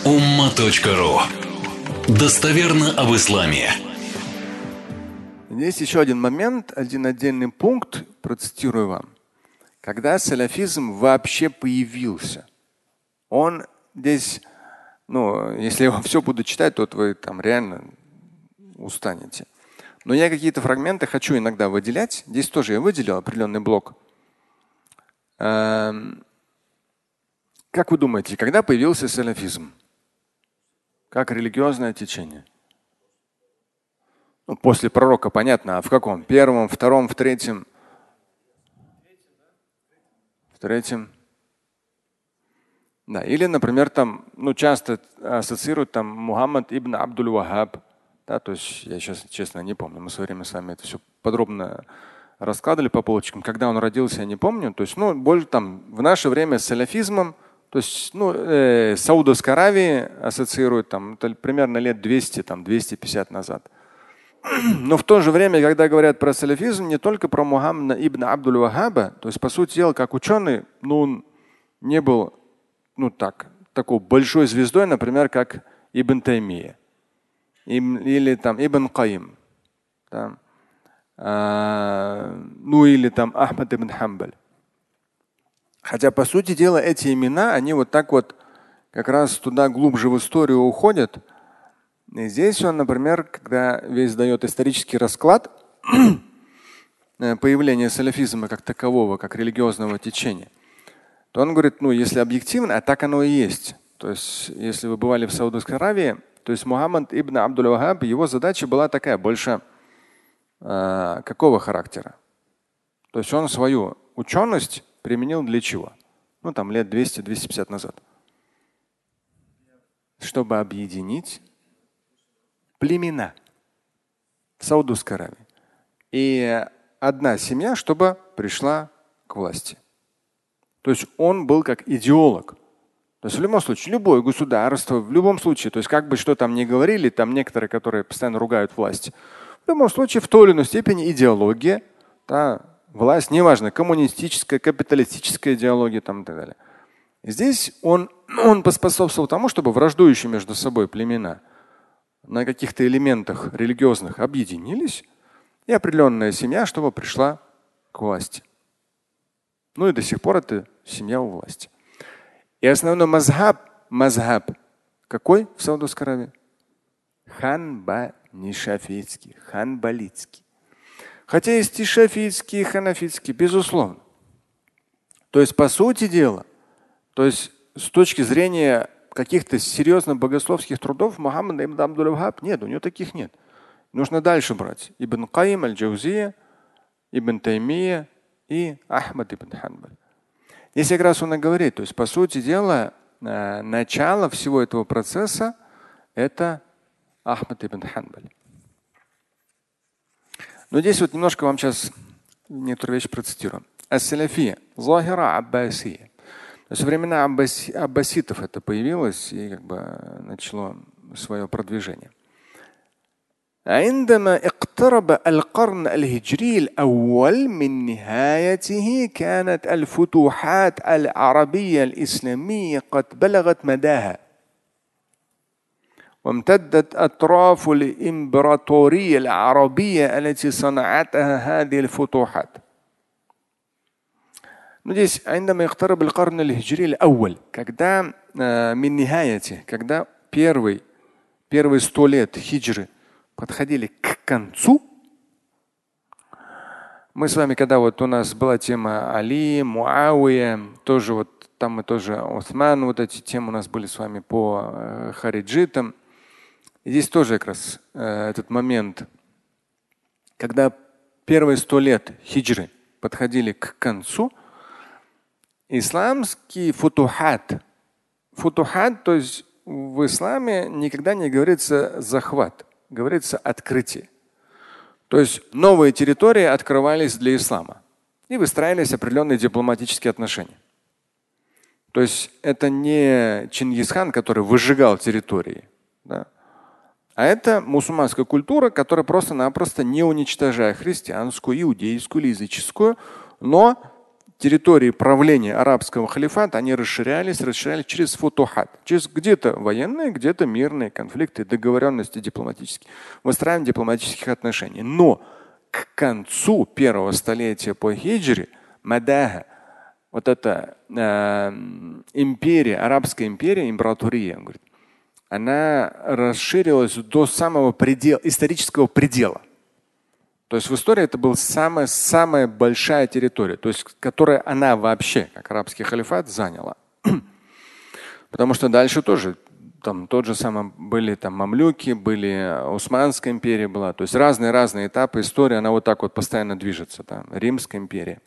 umma.ru. Достоверно об исламе. Есть еще один момент, один отдельный пункт, процитирую вам. Когда салафизм вообще появился, он здесь, если я вам все буду читать, то вы там реально устанете. Но я какие-то фрагменты хочу иногда выделять. Здесь тоже я выделил определенный блок. Как вы думаете, когда появился салафизм? Как религиозное течение? После пророка, понятно. А в каком? Первом, втором, в третьем? В третьем. Да. Или, например, там, часто ассоциируют там Мухаммад ибн Абдуль-Вахаб. Да, то есть я сейчас, честно, не помню. Мы в свое время с вами это все подробно раскладывали по полочкам. Когда он родился, я не помню. То есть, больше там в наше время с салафизмом, то есть, Саудовской Аравии ассоциируют там, это примерно лет 200, там, 250 назад. Но в то же время, когда говорят про салафизм, не только про Мухаммада ибн Абдуль-Вахаба, то есть, по сути дела, как ученый, он не был, такой большой звездой, например, как Ибн Таймия или там Ибн Каим, да? Или там Ахмад ибн Хамбаль. Хотя, по сути дела, эти имена, они вот так вот как раз туда глубже в историю уходят. И здесь он, например, когда весь дает исторический расклад появления салафизма как такового, как религиозного течения, то он говорит, если объективно, а так оно и есть. То есть, если вы бывали в Саудовской Аравии, то есть Мухаммад ибн Абдуль-Вахаб, его задача была такая, больше какого характера? То есть он свою ученость применил для чего? Там лет 200-250 назад. Чтобы объединить племена в Саудовской Аравии. И одна семья, чтобы пришла к власти. То есть он был как идеолог. То есть в любом случае, любое государство, в любом случае, то есть как бы что там ни говорили, там некоторые, которые постоянно ругают власть, в любом случае в той или иной степени идеология, да, власть, неважно, коммунистическая, капиталистическая идеология там, и так далее. И здесь он поспособствовал тому, чтобы враждующие между собой племена на каких-то элементах религиозных объединились, и определенная семья, чтобы пришла к власти. И до сих пор это семья у власти. И основной мазхаб какой в Саудовской Аравии? Не шафиитский, ханбалитский. Хотя есть и шафиитский, и ханафитский, безусловно. То есть, по сути дела, то есть с точки зрения каких-то серьезных богословских трудов Мухаммада ибн Абдуль-Вахаб нет, у него таких нет. Нужно дальше брать. Ибн Каим аль-Джаузия, Ибн Таймия и Ахмад ибн Ханбаль. Здесь как раз он и говорит, то есть, по сути дела, начало всего этого процесса – это Ахмад ибн Ханбаль. Но здесь вот немножко вам сейчас некоторые вещи процитирую. Ас-салафия, захира аббасия. То есть во времена аббаситов это появилось и как бы начало свое продвижение. عندما اقترب القرن الهجري الأول من نهايته كانت الفتوحات العربية الإسلامية قد بلغت مداها وامتدت أطراف الإمبراطورية العربية التي صنعتها هذه الفتوحات. Здесь عندما يقترب القرن الهجري الأول, когда من نهايته, когда первые 100 лет хиджры подходили к концу. Мы с вами, когда вот у нас была тема Али, Муавия, тоже вот там мы тоже Осман, вот эти темы у нас были с вами по хариджитам. И здесь тоже как раз этот момент, когда первые 100 лет хиджры подходили к концу, исламский футухат. Футухат, то есть в исламе никогда не говорится захват. Говорится открытие. То есть новые территории открывались для ислама и выстраивались определенные дипломатические отношения. То есть это не Чингисхан, который выжигал территории, да? А это мусульманская культура, которая просто-напросто, не уничтожая христианскую, иудейскую или языческую, но территории правления арабского халифата, они расширялись через футухат. Через где-то военные, где-то мирные конфликты, договоренности дипломатические. Выстраивание дипломатических отношений. Но к концу первого столетия по хиджре Мадаха, вот эта империя, арабская империя, императория, говорит, она расширилась до самого исторического предела. То есть в истории это была самая большая территория, то есть которая она вообще, как арабский халифат, заняла. Потому что дальше тоже там тот же самый были там мамлюки, были Османская империя была. То есть разные этапы истории, она вот так вот постоянно движется. Там, Римская империя.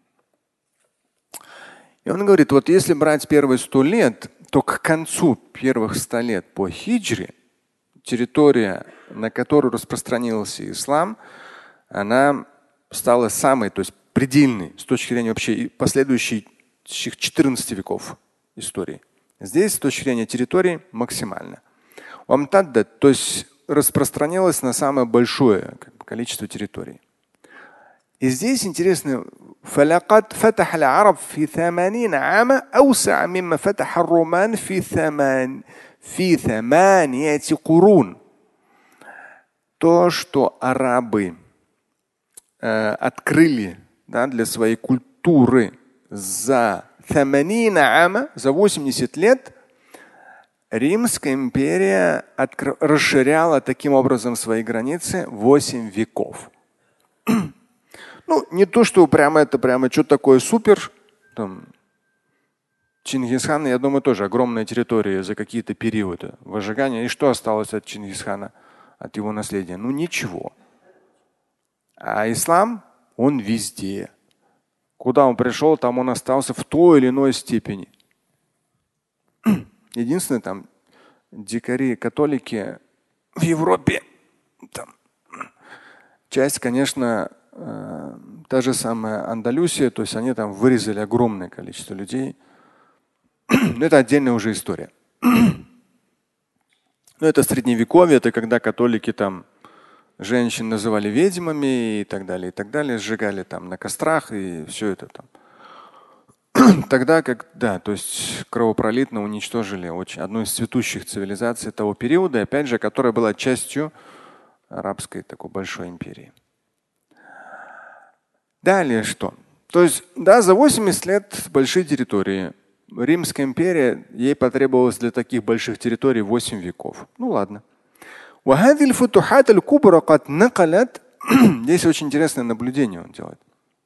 И он говорит, вот если брать первые 100 лет, то к концу первых 100 лет по хиджре территория, на которую распространился ислам, она стала самой, то есть предельной с точки зрения вообще последующих 14 веков истории. Здесь с точки зрения территории максимально. То есть распространилась на самое большое количество территорий. И здесь интересно, فلقد فتح العرب في 80 عاما أوسع مما فتح الرومان في 8 قرون. То, что арабы открыли, да, для своей культуры за 80 ама, за 80 лет, Римская империя расширяла таким образом свои границы 8 веков. Ну, не то, что это что-то такое супер. Там, Чингисхан, я думаю, тоже огромная территория за какие-то периоды выжигания. И что осталось от Чингисхана, от его наследия? Ну, ничего. А ислам, он везде. Куда он пришел, там он остался в той или иной степени. Единственное, там дикари, католики в Европе, там, часть, конечно, та же самая Андалусия, то есть они там вырезали огромное количество людей. Но это отдельная уже история. Но это средневековье, это когда католики там женщин называли ведьмами и так далее, сжигали там на кострах и все это там. Тогда то есть кровопролитно уничтожили одну из цветущих цивилизаций того периода, опять же, которая была частью арабской такой большой империи. Далее что? То есть, да, за 80 лет большие территории. Римская империя, ей потребовалось для таких больших территорий 8 веков. Ну ладно. Здесь очень интересное наблюдение он делает.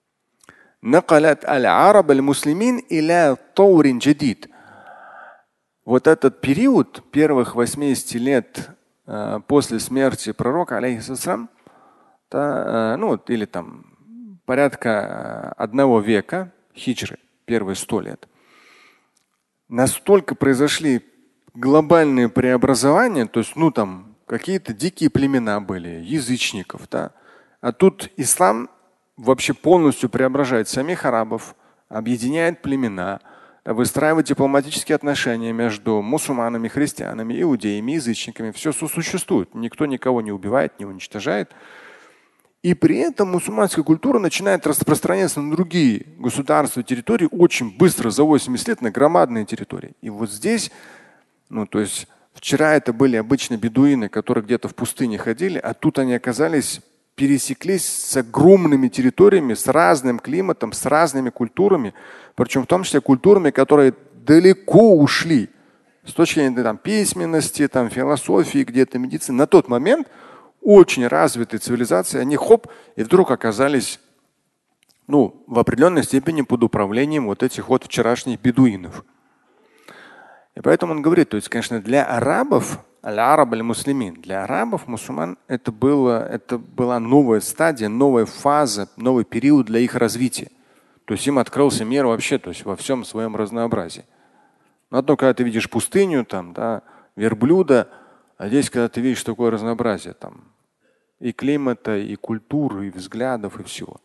Вот этот период первых 80 лет после смерти пророка, алейхиссалям, или там порядка 1 века хиджры, первые 100 лет, настолько произошли глобальные преобразования, то есть там какие-то дикие племена были, язычников, да. А тут ислам вообще полностью преображает самих арабов, объединяет племена, выстраивает дипломатические отношения между мусульманами, христианами, иудеями, язычниками. Все сосуществует. Никто никого не убивает, не уничтожает. И при этом мусульманская культура начинает распространяться на другие государства, территории очень быстро, за 80 лет на громадные территории. И вот здесь, то есть вчера это были обычные бедуины, которые где-то в пустыне ходили, а тут они пересеклись с огромными территориями, с разным климатом, с разными культурами, причем в том числе культурами, которые далеко ушли с точки зрения письменности, философии, где-то медицины. На тот момент очень развитые цивилизации, они и вдруг оказались в определенной степени под управлением вот этих вчерашних бедуинов. И поэтому он говорит, то есть, конечно, для арабов, для арабов, мусульман, это была новая стадия, новая фаза, новый период для их развития. То есть им открылся мир вообще, то есть во всем своем разнообразии. Но одно, когда ты видишь пустыню, верблюда, а здесь, когда ты видишь такое разнообразие, и климата, и культуры, и взглядов, и всего.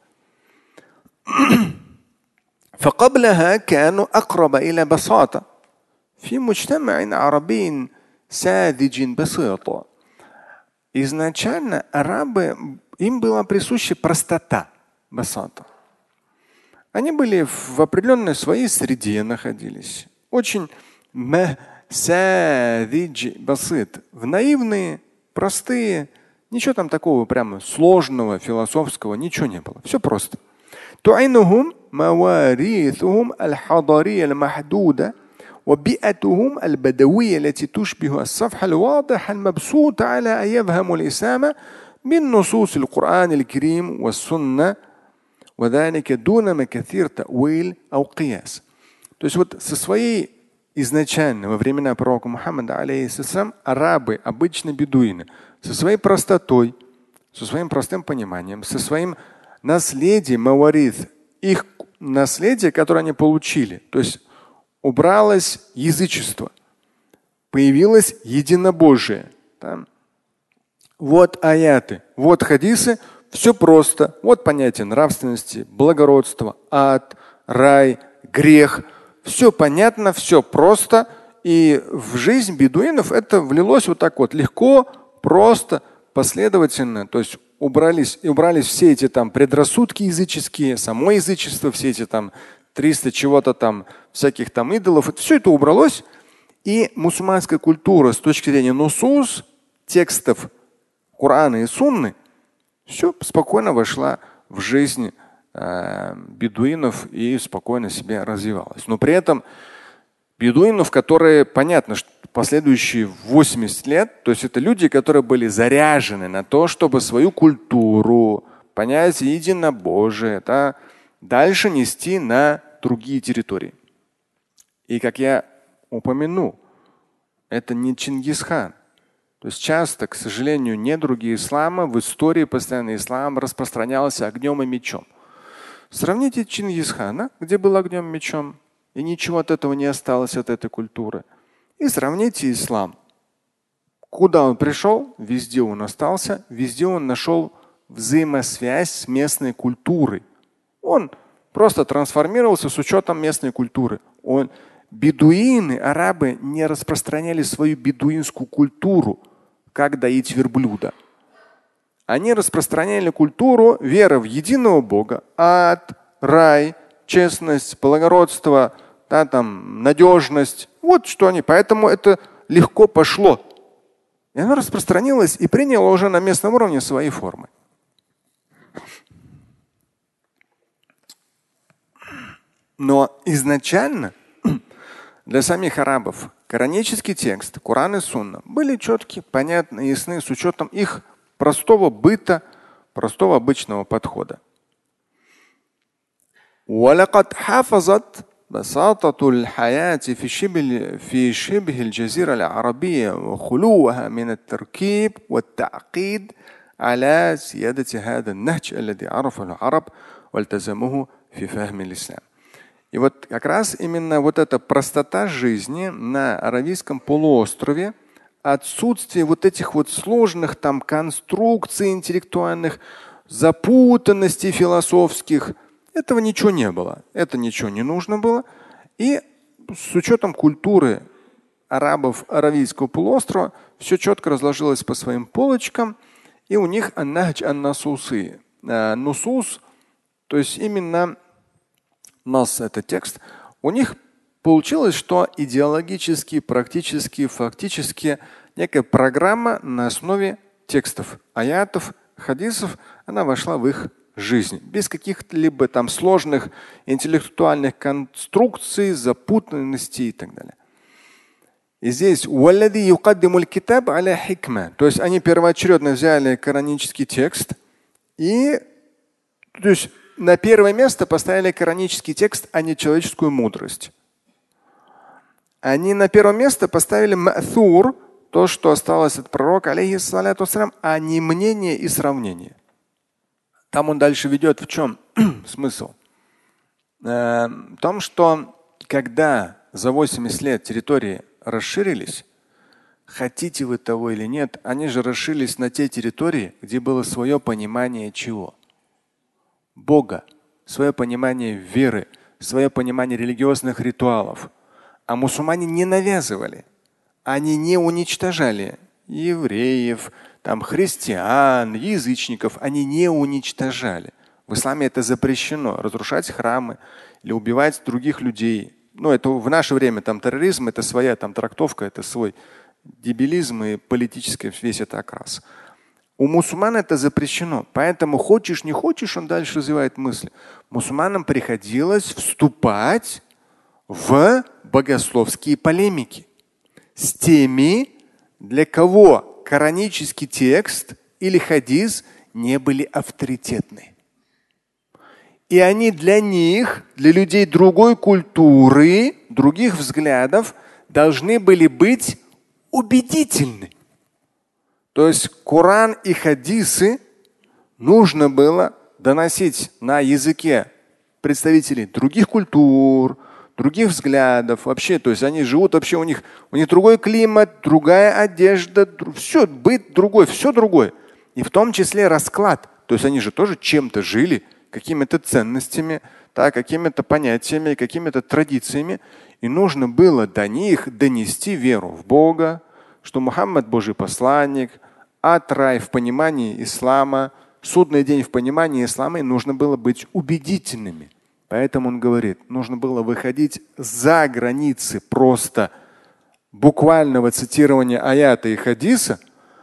فقبلها كانوا أقرب إلى بساطة في مجتمع عربي ساذج بسيط. Изначально арабы, им была присуща простота, басата. Они были в определенной своей среде находились. Очень басыт, в наивные, простые, ничего там такого прямо сложного, философского, ничего не было. Все просто. تعينهم مواريثهم الحضارية المحدودة وبيئتهم البدوية التي تشبه الصفحة الواضحة المبسوطة على أن يفهموا الإسلام من نصوص القرآن الكريم والسنة وذلك دون كثير تأويل أو قياس. То есть вот со своей изначально во времена пророка Мухаммада, алейхиссалям, арабы, обычно бедуины, со своей простотой, со своим простым пониманием, со своим наследием, маварид, их наследие, которое они получили, то есть убралось язычество, появилось единобожие. Да? Вот аяты, вот хадисы, все просто. Вот понятие нравственности, благородства, ад, рай, грех. Все понятно, все просто. И в жизнь бедуинов это влилось вот так вот легко, просто, последовательно. То есть убрались все эти там предрассудки языческие, само язычество, все эти там 300 чего-то там, всяких там идолов. Все это убралось. И мусульманская культура с точки зрения нусус, текстов Корана и Сунны, все спокойно вошла в жизнь бедуинов и спокойно себе развивалась. Но при этом бедуинов, которые, понятно, что последующие 80 лет, то есть это люди, которые были заряжены на то, чтобы свою культуру, понятие единобожия, да, дальше нести на другие территории. И как я упомянул, это не Чингисхан. То есть часто, к сожалению, недруги ислама в истории постоянно ислам распространялся огнем и мечом. Сравните Чингисхана, где был огнем и мечом, и ничего от этого не осталось, от этой культуры. И сравните ислам. Куда он пришел, везде он остался, везде он нашел взаимосвязь с местной культурой. Он просто трансформировался с учетом местной культуры. Бедуины, арабы не распространяли свою бедуинскую культуру, как доить верблюда. Они распространяли культуру веры в единого Бога, ад, рай, честность, благородство, да, там, надежность. Вот что они. Поэтому это легко пошло. И оно распространилось и приняло уже на местном уровне свои формы. Но изначально для самих арабов коранический текст, Коран и Сунна были четкие, понятны, ясны с учетом их простого быта, простого обычного подхода. ولقد حافظت بساطة الحياة في شبه الجزيرة العربية وخلوها من التركيب والتعقيد على سيادة هذا النهج الذي عرفه العرب والتزموه في فهم الإسلام. И вот как раз именно вот эта простота жизни на Аравийском полуострове, отсутствие вот этих вот сложных там конструкций интеллектуальных, запутанностей философских, этого ничего не было. Это ничего не нужно было. И с учетом культуры арабов Аравийского полуострова все четко разложилось по своим полочкам. И у них ан-нахдж ан-насусы. Нусус, то есть именно нас, это текст, у них получилось, что идеологически, практически, фактически некая программа на основе текстов, аятов, хадисов, она вошла в их жизнь. Без каких-либо там сложных интеллектуальных конструкций, запутанностей и так далее. И здесь то есть они первоочередно взяли коранический текст и то есть на первое место поставили коранический текст, а не человеческую мудрость. Они на первое место поставили ма'тhuр, то, что осталось от пророка, алейхиссалату вассалям, а не мнение и сравнение. Там он дальше ведет в чем смысл? В том, что когда за 80 лет территории расширились, хотите вы того или нет, они же расширились на те территории, где было свое понимание чего? Бога, свое понимание веры, свое понимание религиозных ритуалов. А мусульмане не навязывали, они не уничтожали евреев, там, христиан, язычников, они не уничтожали. В исламе это запрещено. Разрушать храмы или убивать других людей. Ну, это в наше время там терроризм, это своя там трактовка, это свой дебилизм и политический весь это окрас. У мусульман это запрещено. Поэтому хочешь, не хочешь, он дальше развивает мысли. Мусульманам приходилось вступать в богословские полемики с теми, для кого коранический текст или хадис не были авторитетны. И они для них, для людей другой культуры, других взглядов, должны были быть убедительны. То есть Коран и хадисы нужно было доносить на языке представителей других культур, других взглядов. Вообще, то есть они живут вообще, у них другой климат, другая одежда, все, быт другой, все другое. И в том числе расклад. То есть они же тоже чем-то жили, какими-то ценностями, так, какими-то понятиями, какими-то традициями. И нужно было до них донести веру в Бога, что Мухаммад Божий посланник, ад, рай в понимании ислама, судный день в понимании ислама, и нужно было быть убедительными. Поэтому он говорит, нужно было выходить за границы просто буквального цитирования аята и хадиса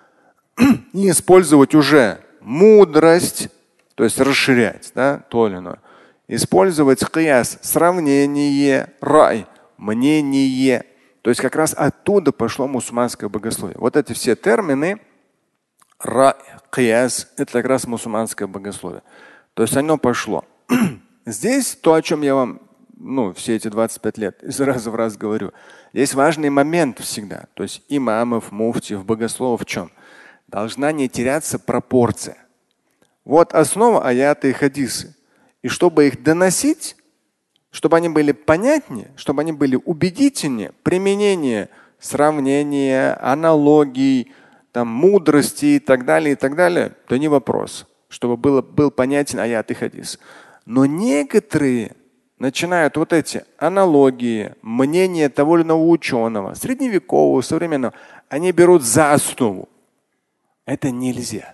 и использовать уже мудрость, то есть расширять, да, то или иное. Использовать кияс, сравнение, рай, мнение. То есть как раз оттуда пошло мусульманское богословие. Вот эти все термины, рай, кияс, это как раз мусульманское богословие. То есть оно пошло. Здесь то, о чем я вам все эти 25 лет из раза в раз говорю. Здесь важный момент всегда. То есть имамов, муфтиев, богословов в чем? Должна не теряться пропорция. Вот основа аяты и хадисы. И чтобы их доносить, чтобы они были понятнее, чтобы они были убедительнее, применение, сравнение, аналогий, там, мудрости и так далее, то не вопрос. Чтобы был понятен аят и хадис. Но некоторые начинают вот эти аналогии, мнения того или иного ученого, средневекового, современного, они берут за основу. Это нельзя.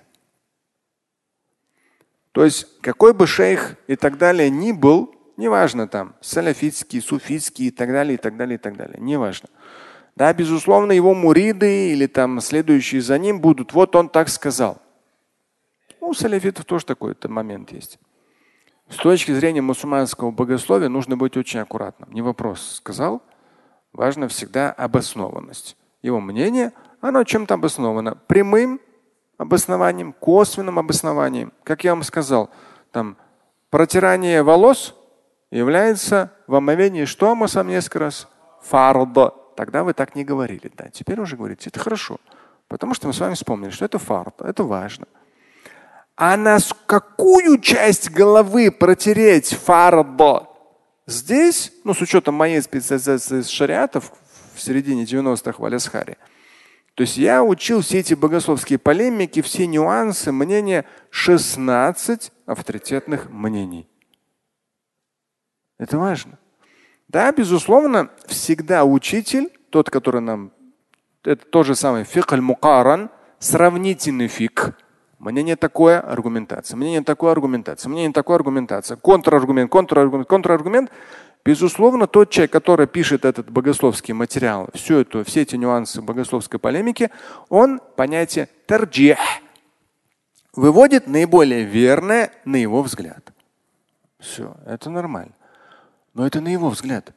То есть какой бы шейх и так далее ни был, неважно там, салафитский, суфитский и так далее, неважно. Да, безусловно, его муриды или там следующие за ним будут, вот он так сказал. У салафитов тоже такой-то момент есть. С точки зрения мусульманского богословия нужно быть очень аккуратным. Не вопрос сказал, важно всегда обоснованность. Его мнение, оно чем-то обосновано. Прямым обоснованием, косвенным обоснованием. Как я вам сказал, там протирание волос является в омовении, что мы сам несколько раз? Фард. Тогда вы так не говорили. Да. Теперь уже говорите, это хорошо. Потому что мы с вами вспомнили, что это фард, это важно. А на какую часть головы протереть фард? Здесь, с учетом моей специализации с шариатов в середине 90-х в Аль-Азхаре, то есть я учил все эти богословские полемики, все нюансы, мнения, 16 авторитетных мнений. Это важно. Да, безусловно, всегда учитель, тот, который нам, это тот же самый фикх аль-мукаран, сравнительный фикх. Мнение такое, аргументация. Мнение такое, аргументация. Мнение такое, аргументация. Контраргумент, контраргумент, контраргумент. Безусловно, тот человек, который пишет этот богословский материал, все эти нюансы богословской полемики, он понятие тарджих выводит наиболее верное на его взгляд. Все, это нормально. Но это на его взгляд.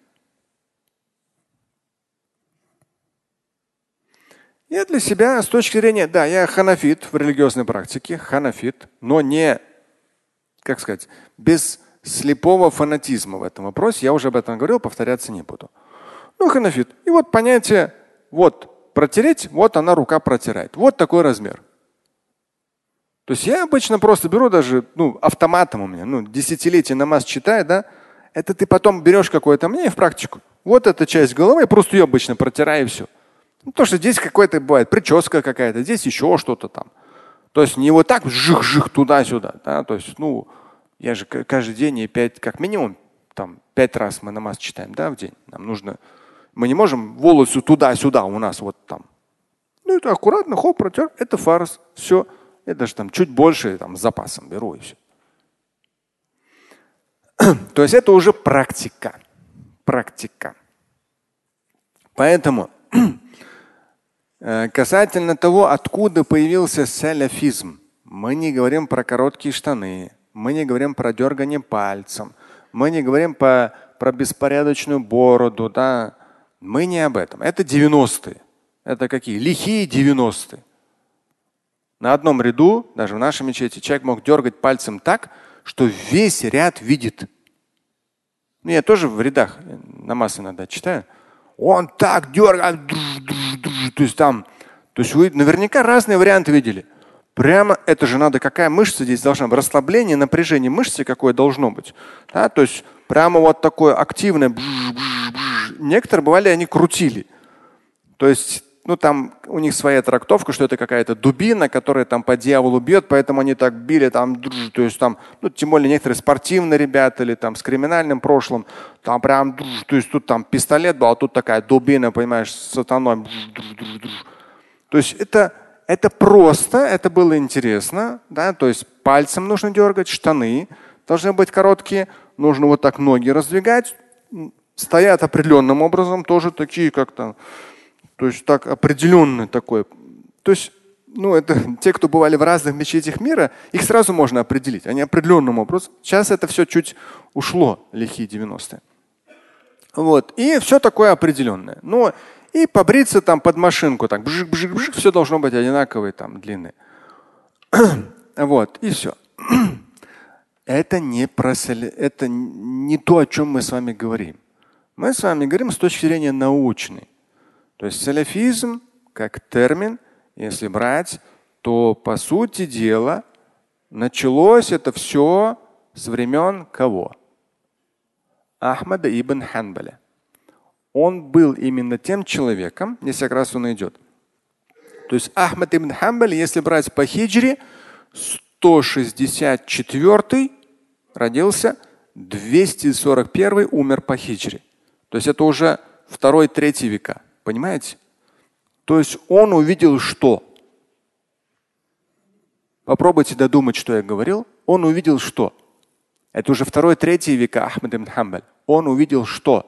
Я для себя с точки зрения, да, я ханафит в религиозной практике, ханафит, но не, как сказать, без слепого фанатизма в этом вопросе. Я уже об этом говорил, повторяться не буду. Ханафит. И вот понятие, вот протереть, вот она рука протирает. Вот такой размер. То есть я обычно просто беру даже, автоматом у меня, десятилетие намаз читаю, да, это ты потом берешь какое-то мнение в практику. Вот эта часть головы, я просто ее обычно протираю и все. То, что здесь какой-то бывает прическа какая-то, здесь еще что-то там. То есть не вот так жих-жих туда-сюда. Да? То есть, я же каждый день и как минимум 5 раз мы намаз читаем, да, в день. Нам нужно, мы не можем волосы туда-сюда у нас вот там. Это аккуратно, хоп, протер, это фарз, все. Я даже там чуть больше с запасом беру и все. То есть это уже практика. Практика. Поэтому касательно того, откуда появился салафизм, мы не говорим про короткие штаны, мы не говорим про дергание пальцем, мы не говорим про беспорядочную бороду, да. Мы не об этом. Это 90-е. Это какие? Лихие 90-е. На одном ряду, даже в нашей мечети, человек мог дергать пальцем так, что весь ряд видит. Ну, я тоже в рядах намаз иногда читаю. Он так дергает. То есть вы наверняка разные варианты видели. Прямо это же надо, какая мышца здесь должна быть. Расслабление, напряжение мышцы какое должно быть. Да? То есть прямо вот такое активное. Некоторые бывали, они крутили. То есть, ну там у них своя трактовка, что это какая-то дубина, которая там по дьяволу бьет, поэтому они так били там, то есть там, ну тем более некоторые спортивные ребята или там с криминальным прошлым, там прям, то есть тут там пистолет был, а тут такая дубина, понимаешь, с сатаной. То есть это просто, это было интересно, да, то есть пальцем нужно дергать, штаны должны быть короткие, нужно вот так ноги раздвигать, стоят определенным образом, тоже такие как-то. То есть так определенное такое. То есть, ну, это те, кто бывали в разных мечетях мира, их сразу можно определить. Они определенным образом. Сейчас это все чуть ушло, лихие 90-е. Вот. И все такое определенное. Ну, и побриться там под машинку, так, бжик-бжик-бжик, все должно быть одинаковое, там, длины. Вот, и все. Это не то, о чем мы с вами говорим. Мы с вами говорим с точки зрения научной. То есть салафизм как термин, если брать, то по сути дела началось это все с времен кого? Ахмада ибн Ханбаля. Он был именно тем человеком, если как раз он идет. То есть Ахмад ибн Ханбаль, если брать по хиджре, 164 родился, 241 умер по хиджре. То есть это уже 2-3 века. Понимаете? То есть он увидел что? Попробуйте додумать, что я говорил. Он увидел что? Это уже 2-3 века Ахмад ибн Ханбаль. Он увидел что?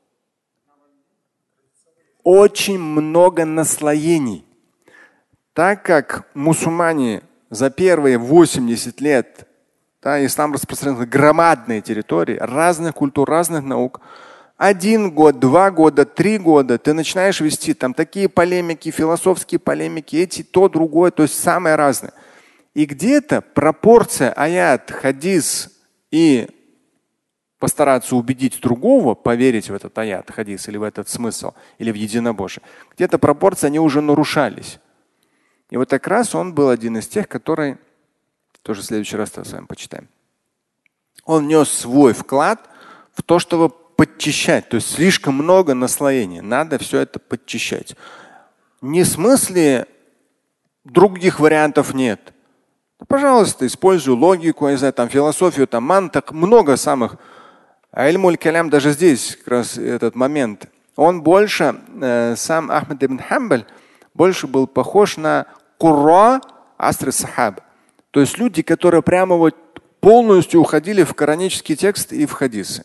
Очень много наслоений. Так как мусульмане за первые 80 лет, да, ислам распространился на громадные территории, разных культур, разных наук, 1 год, 2 года, 3 года ты начинаешь вести там такие полемики, философские полемики, эти, то, другое, то есть самое разное. И где-то пропорция аят, хадис и постараться убедить другого поверить в этот аят, хадис или в этот смысл, или в единобожие, где-то пропорции они уже нарушались. И вот как раз он был один из тех, который, тоже в следующий раз с вами почитаем. Он внес свой вклад в то, чтобы подчищать, то есть слишком много наслоений. Надо все это подчищать. Не в смысле других вариантов нет. Да, пожалуйста, используй логику, я не знаю, там, философию, там, мантак, много самых. А иль-муль калям даже здесь как раз этот момент. Он больше, сам Ахмад ибн Ханбаль, больше был похож на курра аср сахаб. То есть люди, которые прямо вот полностью уходили в коранический текст и в хадисы.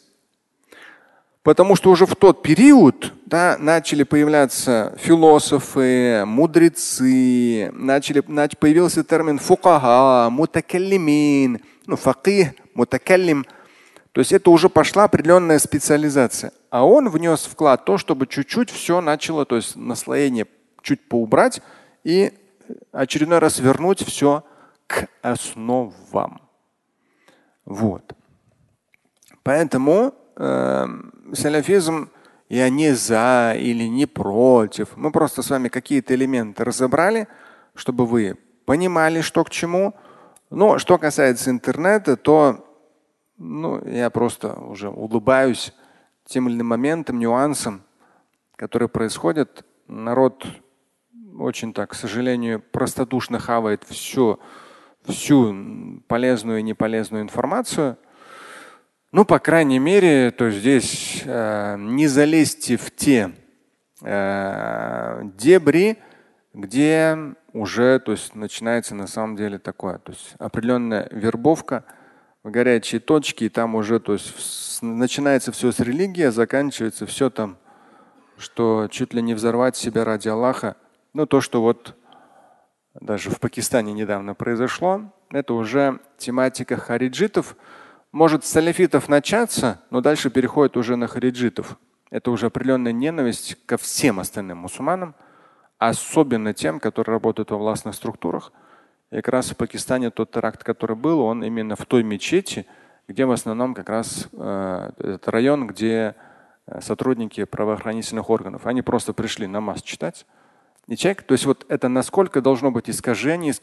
Потому что уже в тот период, да, начали появляться философы, мудрецы, появился термин фукаха, мутакаллимин, ну, факих, мутакаллим. То есть это уже пошла определенная специализация. А он внес вклад в то, чтобы чуть-чуть все начало, то есть наслоение чуть поубрать и очередной раз вернуть все к основам. Вот. Поэтому салафизм, я не за или не против. Мы просто с вами какие-то элементы разобрали, чтобы вы понимали, что к чему. Но что касается интернета, то я просто уже улыбаюсь тем или иным моментам, нюансам, которые происходят. Народ очень так, к сожалению, простодушно хавает всю полезную и неполезную информацию. Ну, по крайней мере, то здесь не залезьте в те дебри, где уже, то есть, начинается на самом деле такое, то есть определенная вербовка в горячие точки, и там уже, то есть начинается все с религии, а заканчивается все там, что чуть ли не взорвать себя ради Аллаха. Ну, то, что вот даже в Пакистане недавно произошло, это уже тематика хариджитов. Может с салафитов начаться, но дальше переходит уже на хариджитов. Это уже определенная ненависть ко всем остальным мусульманам, особенно тем, которые работают во властных структурах. И как раз в Пакистане тот теракт, который был, он именно в той мечети, где в основном как раз этот район, где сотрудники правоохранительных органов, они просто пришли намаз читать. И человек, то есть вот это насколько должно быть искажение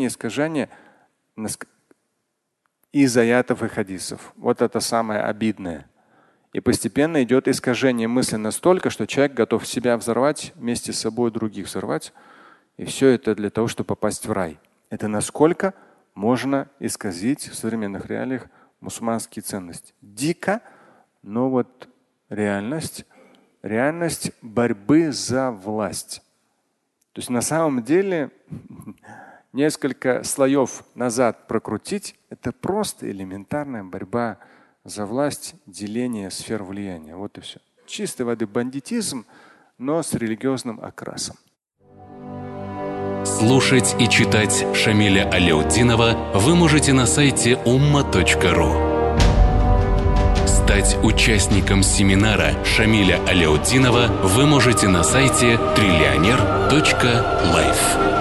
из аятов и хадисов. Вот это самое обидное. И постепенно идет искажение мысли настолько, что человек готов себя взорвать, вместе с собой других взорвать. И все это для того, чтобы попасть в рай. Это насколько можно исказить в современных реалиях мусульманские ценности. Дико, но вот реальность борьбы за власть. То есть на самом деле несколько слоев назад прокрутить – это просто элементарная борьба за власть, деление сфер влияния. Вот и все. Чистой воды бандитизм, но с религиозным окрасом. Слушать и читать Шамиля Аляутдинова вы можете на сайте umma.ru. Стать участником семинара Шамиля Аляутдинова вы можете на сайте trillioner.life.